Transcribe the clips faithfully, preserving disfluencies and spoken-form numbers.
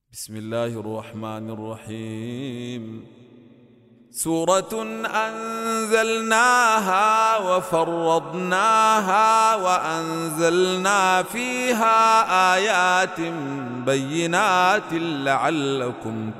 بسم الله الرحمن الرحيم. سورة أنزلناها وفرضناها وأنزلنا فيها آيات بينات لعلكم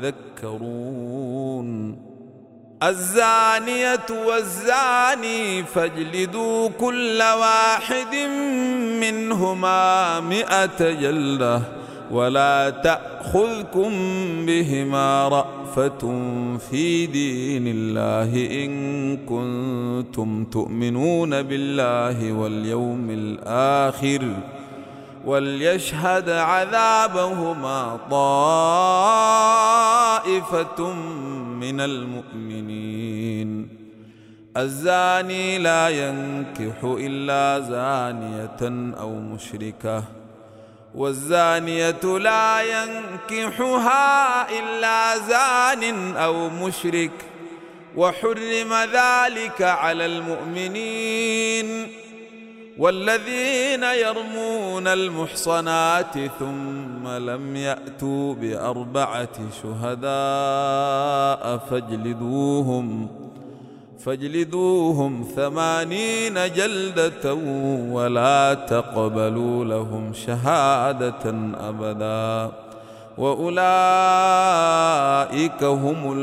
تذكرون. الزانية والزاني فاجلدوا كل واحد منهما مئة جلدة ولا تأخذكم بهما رأفة في دين الله إن كنتم تؤمنون بالله واليوم الآخر وليشهد عذابهما طائفة من المؤمنين. الزاني لا ينكح إلا زانية أو مشركة والزانية لا ينكحها إلا زان أو مشرك وحرم ذلك على المؤمنين. والذين يرمون المحصنات ثم لم يأتوا بأربعة شهداء فاجلدوهم فاجلدوهم ثمانين جلدة ولا تقبلوا لهم شهادة أبدا وأولئك هم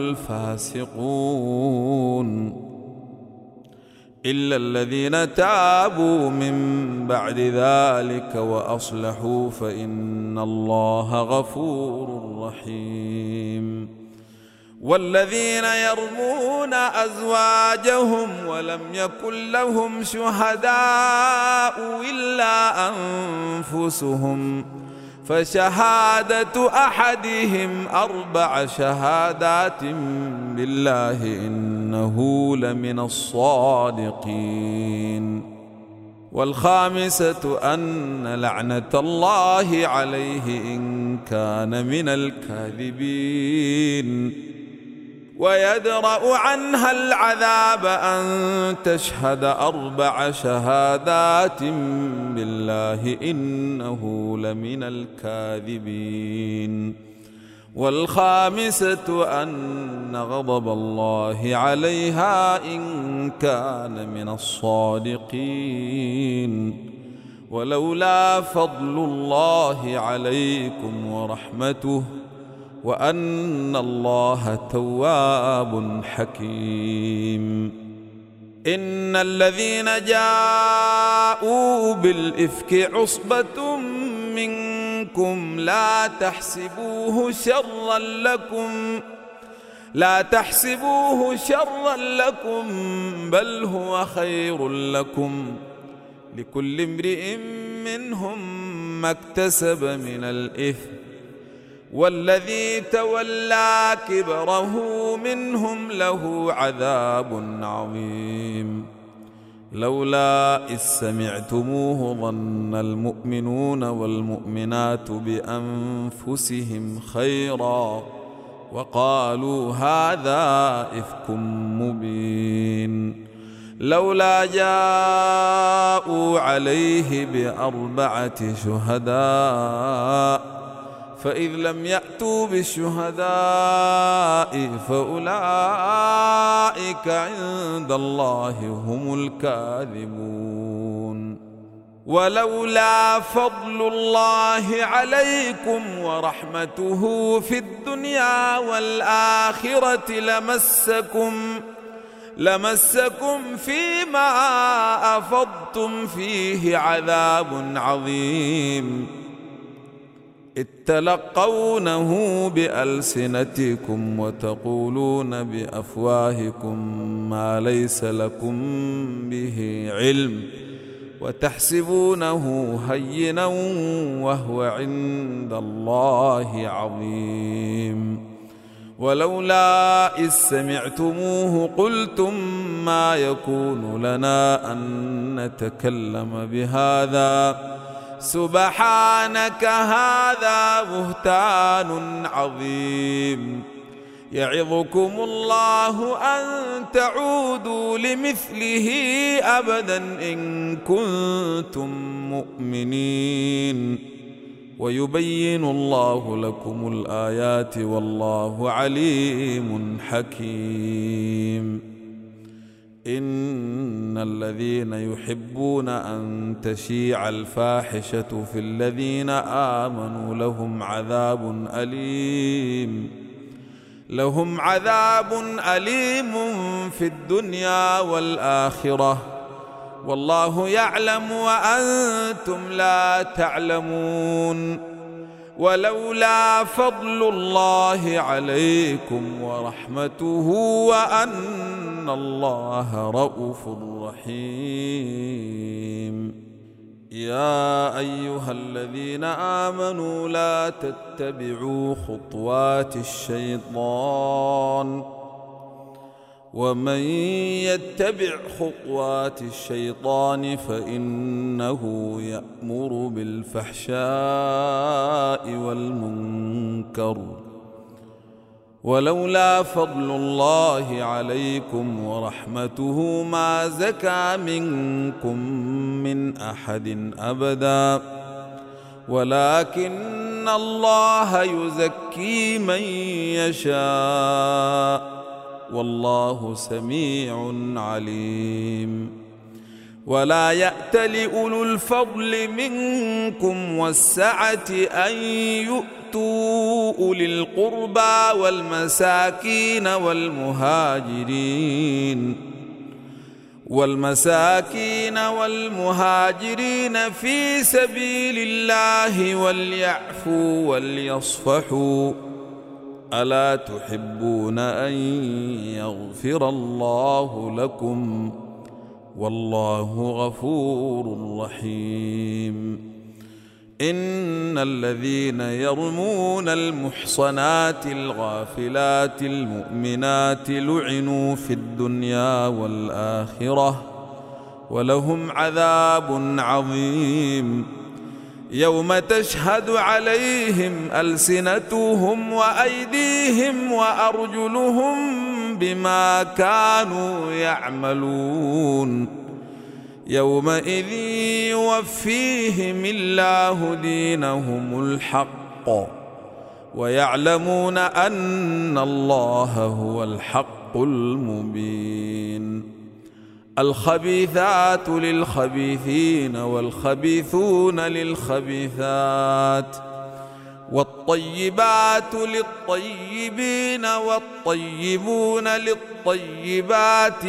الفاسقون. إلا الذين تابوا من بعد ذلك وأصلحوا فإن الله غفور رحيم. والذين يرمون أزواجهم ولم يكن لهم شهداء إلا أنفسهم فشهادة أحدهم أربع شهادات بالله إنه لمن الصادقين. والخامسة أن لعنة الله عليه إن كان من الكاذبين. ويدرأ عنها العذاب أن تشهد أربع شهادات بالله إنه لمن الكاذبين. والخامسة أن غضب الله عليها إن كان من الصادقين. ولولا فضل الله عليكم ورحمته وأن الله تواب حكيم. إن الذين جاءوا بالإفك عصبة منكم لا تحسبوه شرا لكم لا تحسبوه شرا لكم بل هو خير لكم لكل امرئ منهم ما اكتسب من الإثم والذي تولى كبره منهم له عذاب عظيم. لولا إذ سمعتموه ظن المؤمنون والمؤمنات بأنفسهم خيرا وقالوا هذا إفك مبين. لولا جاءوا عليه بأربعة شهداء فإذ لم يأتوا بالشهداء فأولئك عند الله هم الكاذبون. ولولا فضل الله عليكم ورحمته في الدنيا والآخرة لمسكم لمسكم فيما أفضتم فيه عذاب عظيم إذ تلقونه بألسنتكم وتقولون بأفواهكم ما ليس لكم به علم وتحسبونه هينا وهو عند الله عظيم. ولولا إذ سمعتموه قلتم ما يكون لنا أن نتكلم بهذا سبحانك هذا بهتان عظيم. يعظكم الله أن تعودوا لمثله أبدا إن كنتم مؤمنين ويبين الله لكم الآيات والله عليم حكيم. إن الذين يحبون أن تشيع الفاحشة في الذين آمنوا لهم عذاب أليم لهم عذاب أليم في الدنيا والآخرة والله يعلم وأنتم لا تعلمون. ولولا فضل الله عليكم ورحمته وأن الله رءوف رحيم. يا أيها الذين آمنوا لا تتبعوا خطوات الشيطان ومن يتبع خطوات الشيطان فإنه يأمر بالفحشاء والمنكر ولولا فضل الله عليكم ورحمته ما زكى منكم من أحد أبدا ولكن الله يزكي من يشاء والله سميع عليم. ولا يأتل أولو الفضل منكم والسعة أن يؤتوا أولي القربى والمساكين والمهاجرين والمساكين والمهاجرين في سبيل الله وليعفوا وليصفحوا ألا تحبون أن يغفر الله لكم والله غفور رحيم. إن الذين يرمون المحصنات الغافلات المؤمنات لعنوا في الدنيا والآخرة ولهم عذاب عظيم يوم تشهد عليهم ألسنتهم وأيديهم وأرجلهم بما كانوا يعملون يومئذ يوفيهم الله دينهم الحق ويعلمون أن الله هو الحق المبين. الخبيثات للخبيثين والخبيثون للخبيثات والطيبات للطيبين والطيبون للطيبات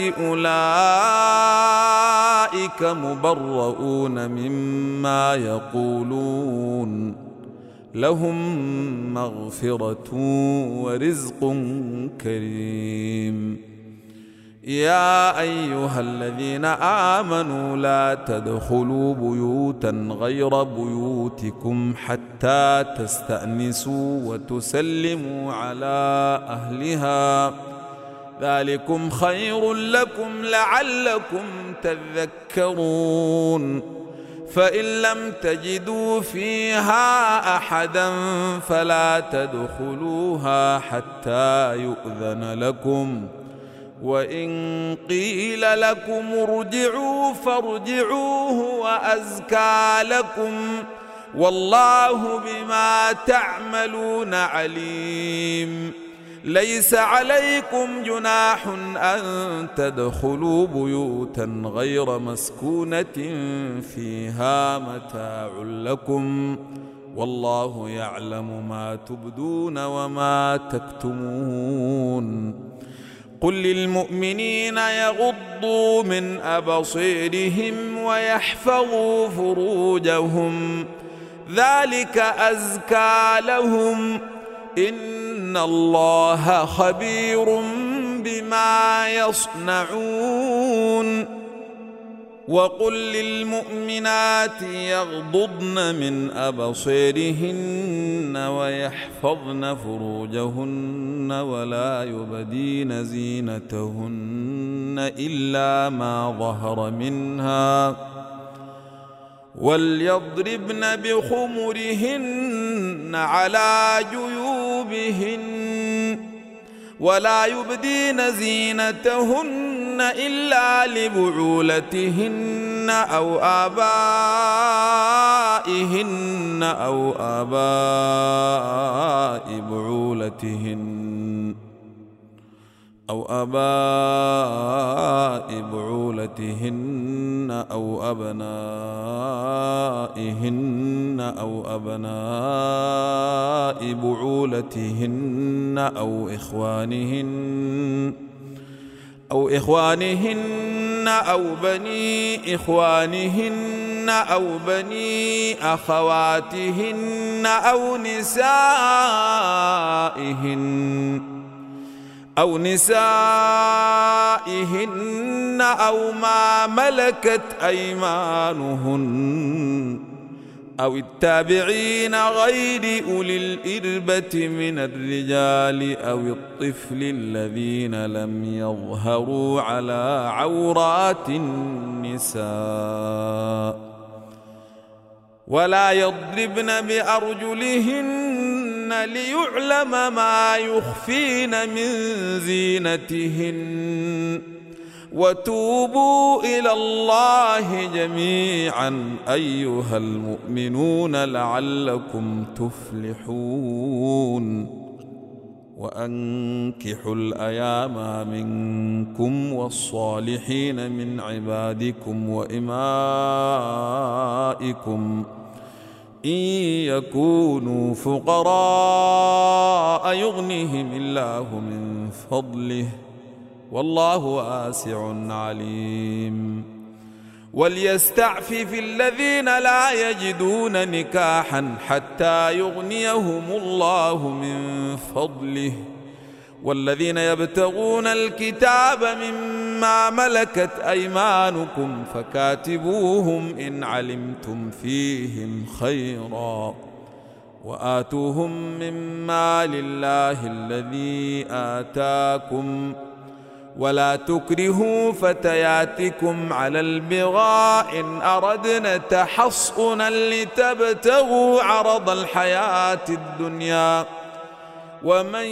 أولئك مبرؤون مما يقولون لهم مغفرة ورزق كريم. يا أيها الذين آمنوا لا تدخلوا بيوتا غير بيوتكم حتى تستأنسوا وتسلموا على أهلها ذلكم خير لكم لعلكم تذكرون. فإن لم تجدوا فيها أحدا فلا تدخلوها حتى يؤذن لكم وإن قيل لكم ارجعوا فارجعوا هو أزكى لكم والله بما تعملون عليم. ليس عليكم جناح أن تدخلوا بيوتا غير مسكونة فيها متاع لكم والله يعلم ما تبدون وما تكتمون. قل للمؤمنين يغضوا من أبصيرهم ويحفظوا فروجهم ذلك أزكى لهم إن الله خبير بما يصنعون. وقل للمؤمنات يغضضن من أبصيرهن ويحفظن فروجهن ولا يبدين زينتهن إلا ما ظهر منها وليضربن بخمرهن على جيوبهن ولا يبدين زينتهن إلا لبعولتهن أو آبائهن نسائهن أو آباء بعولتهن أو آباء بعولتهن أو أبنائهن أو أبناء بعولتهن أو إخوانهن أو إخوانهن أو بني إخوانهن أو بني أخواتهن أو نسائهن أو نسائهن أو ما ملكت أيمانهن أو التابعين غير أولي الإربة من الرجال أو الطفل الذين لم يظهروا على عورات النساء ولا يضربن بأرجلهن ليعلم ما يخفين من زينتهن وتوبوا إلى الله جميعا أيها المؤمنون لعلكم تفلحون وأنكحوا الأيام منكم والصالحين من عبادكم وإمائكم إن يكونوا فقراء يغنهم الله من فضله والله واسع عليم وليستعفف الذين لا يجدون نكاحا حتى يغنيهم الله من فضله والذين يبتغون الكتاب مما ملكت أيمانكم فكاتبوهم إن علمتم فيهم خيرا وآتوهم مما لله الذي آتاكم ولا تكرهوا فتياتكم على البغاء إن أردنا تحصنا لتبتغوا عرض الحياة الدنيا ومن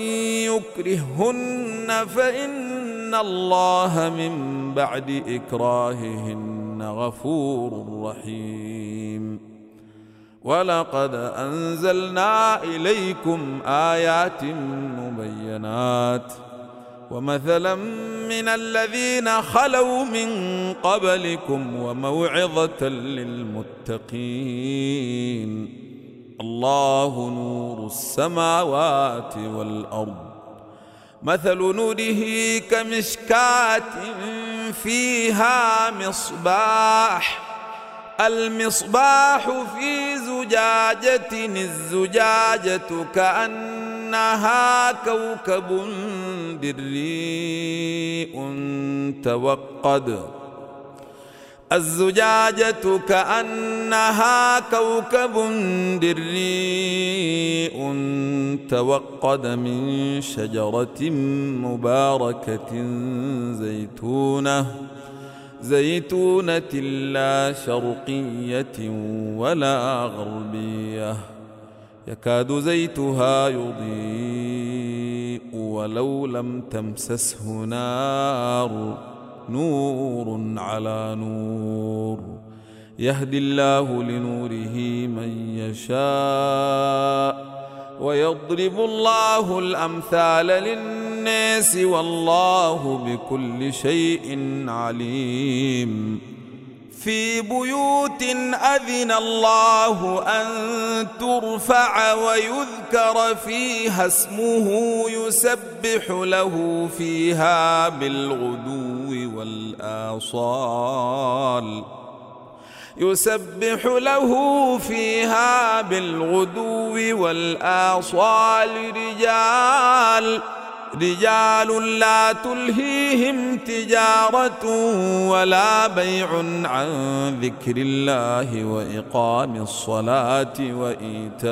يكرهن فإن الله من بعد إكراههن غفور رحيم ولقد أنزلنا إليكم آيات مبينات ومثلا من الذين خلوا من قبلكم وموعظة للمتقين الله نور السماوات والأرض مثل نوره كمشكاة فيها مصباح المصباح في زجاجة الزجاجة كأنها كوكب دري توقد الزجاجة كأنها كوكب دري توقد من شجرة مباركة زيتونة زيتونة لا شرقية ولا غربية يكاد زيتها يضيء ولو لم تمسسه نار نور على نور يهدي الله لنوره من يشاء ويضرب الله الأمثال للناس والله بكل شيء عليم في بيوت أذن الله أن ترفع ويذكر فيها اسمه يسبح له فيها بالغدو والآصال يسبح له فيها بالغدو والآصال رجال رجال لا تلهيهم تجارة ولا بيع عن ذكر الله وإقام الصلاة وإيتاء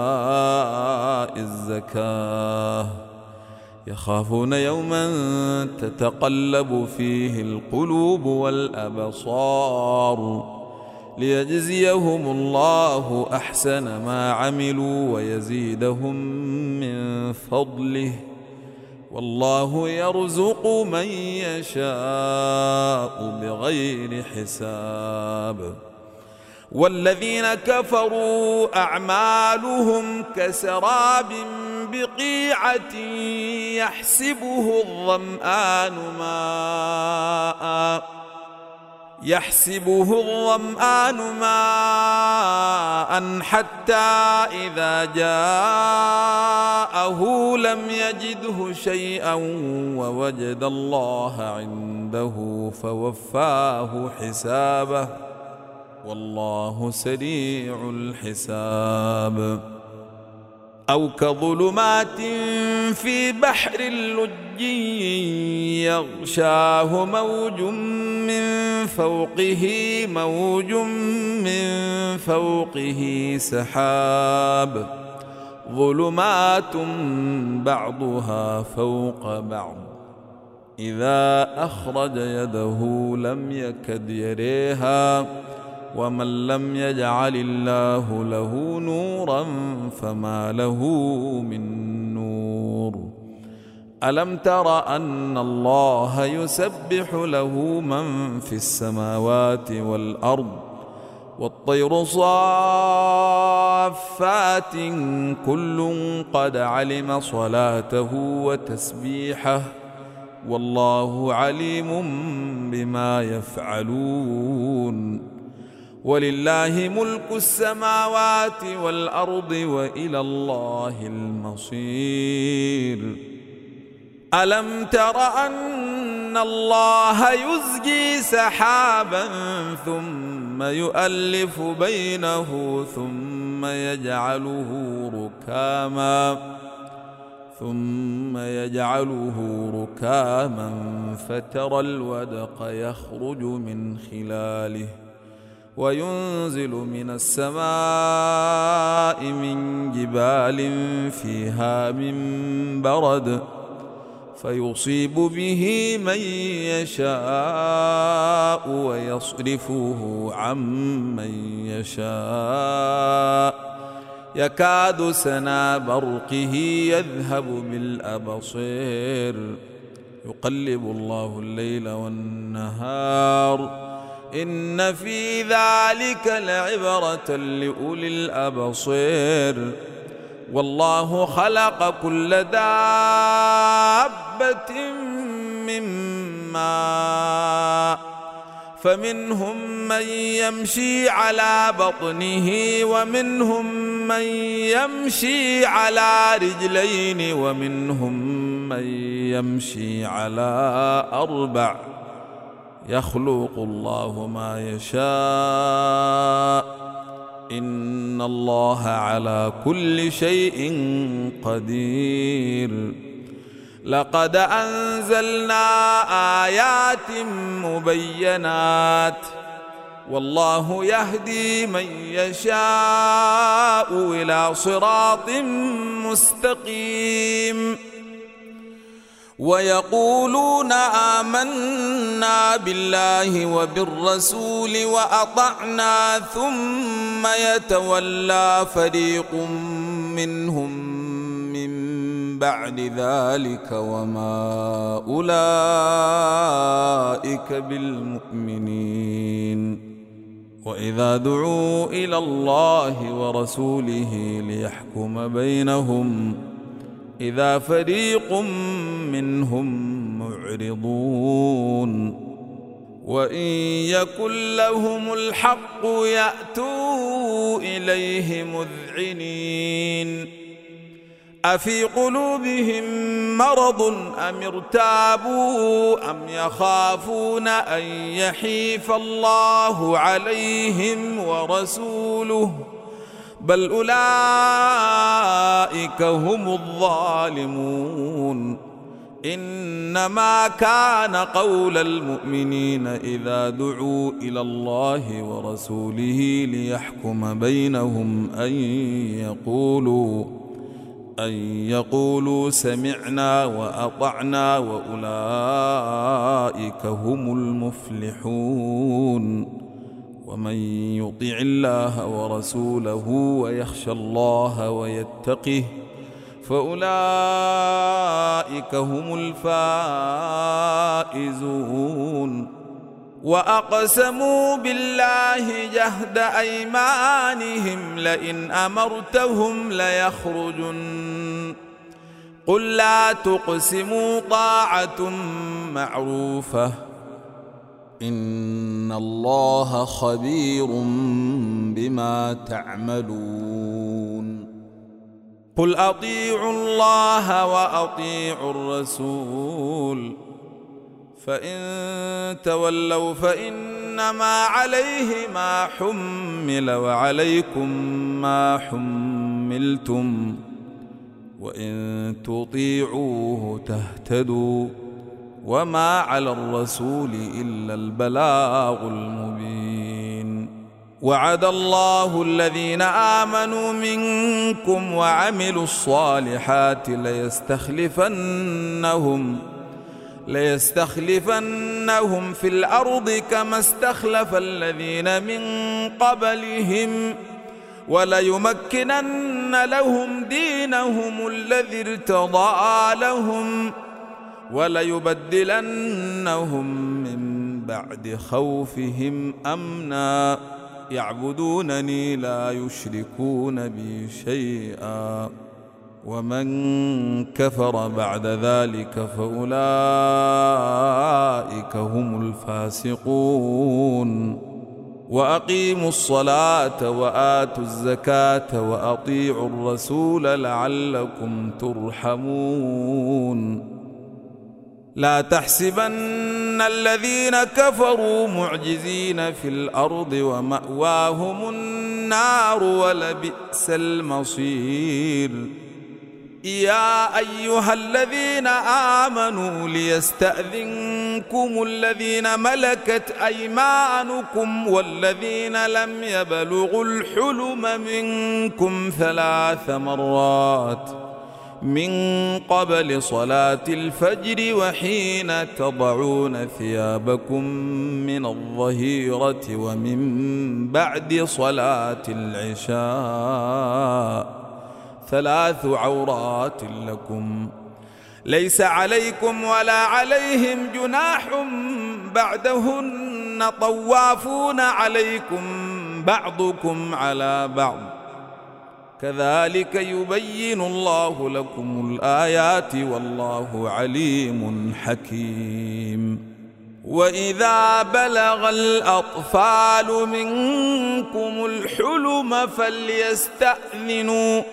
الزكاة يخافون يوما تتقلب فيه القلوب والأبصار ليجزيهم الله أحسن ما عملوا ويزيدهم من فضله والله يرزق من يشاء بغير حساب والذين كفروا أعمالهم كسراب بقيعة يحسبه الظمآن ماء يحسبه الظمآن ماء حتى إذا جاءه لم يجده شيئا ووجد الله عنده فوفاه حسابه والله سريع الحساب. أو كظلمات في بحر لجي يغشاه موج من فوقه موج من فوقه سحاب ظلمات بعضها فوق بعض إذا أخرج يده لم يكد يريها ومن لم يجعل الله له نورا فما له من نور. ألم تر أن الله يسبح له من في السماوات والأرض والطير صافات كل قد علم صلاته وتسبيحه والله عليم بما يفعلون. ولله ملك السماوات والأرض وإلى الله المصير. ألم تر أن الله يزجي سحابا ثم يؤلف بينه ثم يجعله ركاما ثم يجعله ركاما فترى الودق يخرج من خلاله وينزل من السماء من جبال فيها من برد فيصيب به من يشاء ويصرفه عن من يشاء يكاد سنا برقه يذهب بالأبصير يقلب الله الليل والنهار إن في ذلك لعبرة لأولي الأبصير. والله خلق كل دابة من ماء فمنهم من يمشي على بطنه ومنهم من يمشي على رجلين ومنهم من يمشي على أربع يخلق الله ما يشاء إن الله على كل شيء قدير. لقد أنزلنا آيات مبينات والله يهدي من يشاء إلى صراط مستقيم. ويقولون آمنا بالله وبالرسول وأطعنا ثم يتولى فريق منهم من بعد ذلك وما أولئك بالمؤمنين. وإذا دعوا إلى الله ورسوله ليحكم بينهم إذا فريق منهم معرضون. وإن يكن لهم الحق يأتوا إليه مذعنين. أفي قلوبهم مرض أم ارتابوا أم يخافون أن يحيف الله عليهم ورسوله بل أولئك هم الظالمون. إنما كان قول المؤمنين إذا دعوا إلى الله ورسوله ليحكم بينهم أن يقولوا أن يقولوا سمعنا وأطعنا وأولئك هم المفلحون. ومن يطع الله ورسوله ويخشى الله ويتقه فأولئك هم الفائزون. وأقسموا بالله جهد أيمانهم لئن أمرتهم ليخرجن قل لا تقسموا طاعة معروفة إن الله خبير بما تعملون قل أطيعوا الله وأطيعوا الرسول فإن تولوا فإنما عليه ما حمل وعليكم ما حملتم وإن تطيعوه تهتدوا وما على الرسول إلا البلاغ المبين وعد الله الذين آمنوا منكم وعملوا الصالحات ليستخلفنهم ليستخلفنهم في الأرض كما استخلف الذين من قبلهم وليمكنن لهم دينهم الذي ارتضى لهم وليبدلنهم من بعد خوفهم أمنا يعبدونني لا يشركون بي شيئا ومن كفر بعد ذلك فأولئك هم الفاسقون وأقيموا الصلاة وآتوا الزكاة وأطيعوا الرسول لعلكم ترحمون لا تحسبن الذين كفروا معجزين في الأرض ومأواهم النار ولبئس المصير يا أيها الذين آمنوا ليستأذنكم الذين ملكت أيمانكم والذين لم يبلغوا الحلم منكم ثلاث مرات من قبل صلاة الفجر وحين تضعون ثيابكم من الظهيرة ومن بعد صلاة العشاء ثلاث عورات لكم ليس عليكم ولا عليهم جناح بعدهن طوافون عليكم بعضكم على بعض كذلك يبين الله لكم الآيات والله عليم حكيم وإذا بلغ الأطفال منكم الحلم فليستأذنوا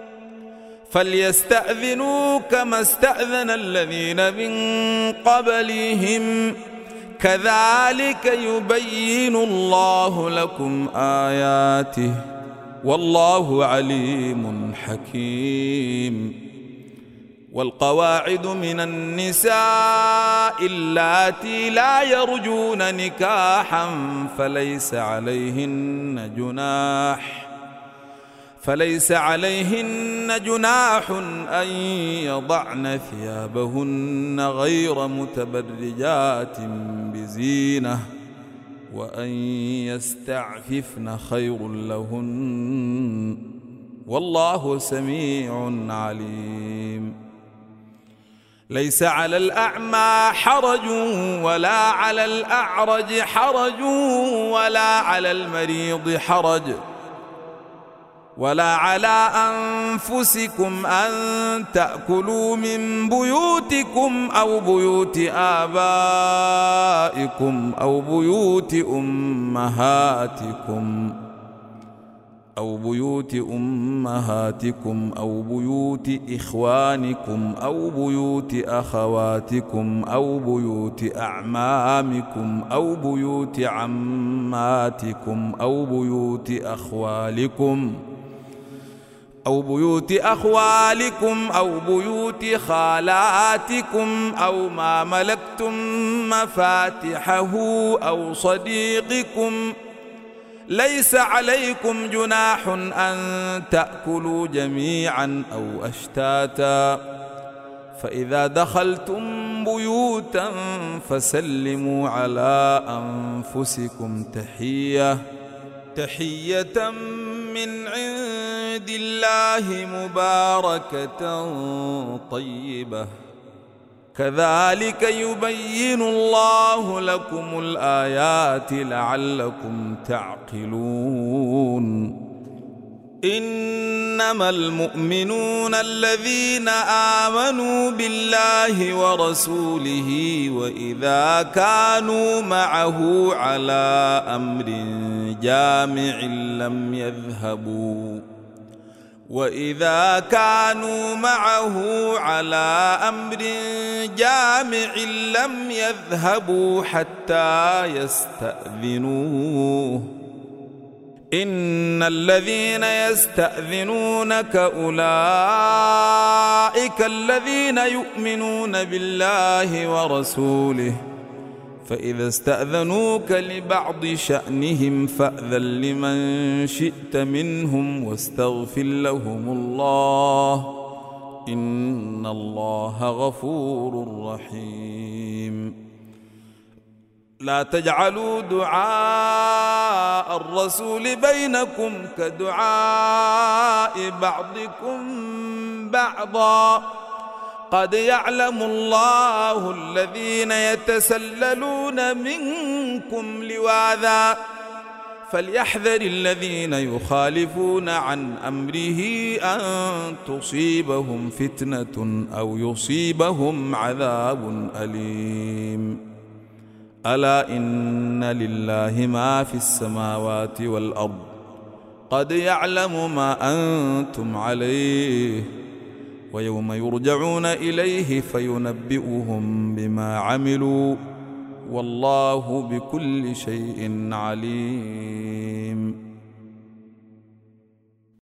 فليستأذنوا كما استأذن الذين من قبلهم كذلك يبين الله لكم آياته والله عليم حكيم والقواعد من النساء اللاتي لا يرجون نكاحا فليس عليهن جناح فليس عليهن جناح أن يضعن ثيابهن غير متبرجات بزينة وأن يستعففن خير لهن والله سميع عليم ليس على الأعمى حرج ولا على الأعرج حرج ولا على المريض حرج ولا على أنفسكم أن تأكلوا من بيوتكم أو بيوت آبائكم أو بيوت أمهاتكم أو بيوت أمهاتكم أو بيوت إخوانكم أو بيوت أخواتكم أو بيوت أعمامكم أو بيوت عماتكم أو بيوت أخوالكم أو بيوت أخوالكم أو بيوت خالاتكم أو ما ملكتم مفاتحه أو صديقكم ليس عليكم جناح أن تأكلوا جميعا أو أشتاتا فإذا دخلتم بيوتا فسلموا على أنفسكم تحية تحية من عند الله مباركة طيبة كذلك يبين الله لكم الآيات لعلكم تعقلون إنما المؤمنون الذين آمنوا بالله ورسوله وإذا كانوا معه على أمر جامع لم يذهبوا وإذا كانوا معه على أمر جامع لم يذهبوا حتى يستأذنوه إن الذين يستأذنونك أولئك الذين يؤمنون بالله ورسوله فإذا استأذنوك لبعض شأنهم فأذن لمن شئت منهم واستغفر لهم الله إن الله غفور رحيم لا تجعلوا دعاء الرسول بينكم كدعاء بعضكم بعضا قد يعلم الله الذين يتسللون منكم لواذا فليحذر الذين يخالفون عن أمره أن تصيبهم فتنة أو يصيبهم عذاب أليم ألا إن لله ما في السماوات والأرض قد يعلم ما أنتم عليه ويوم يرجعون إليه فينبئهم بما عملوا والله بكل شيء عليم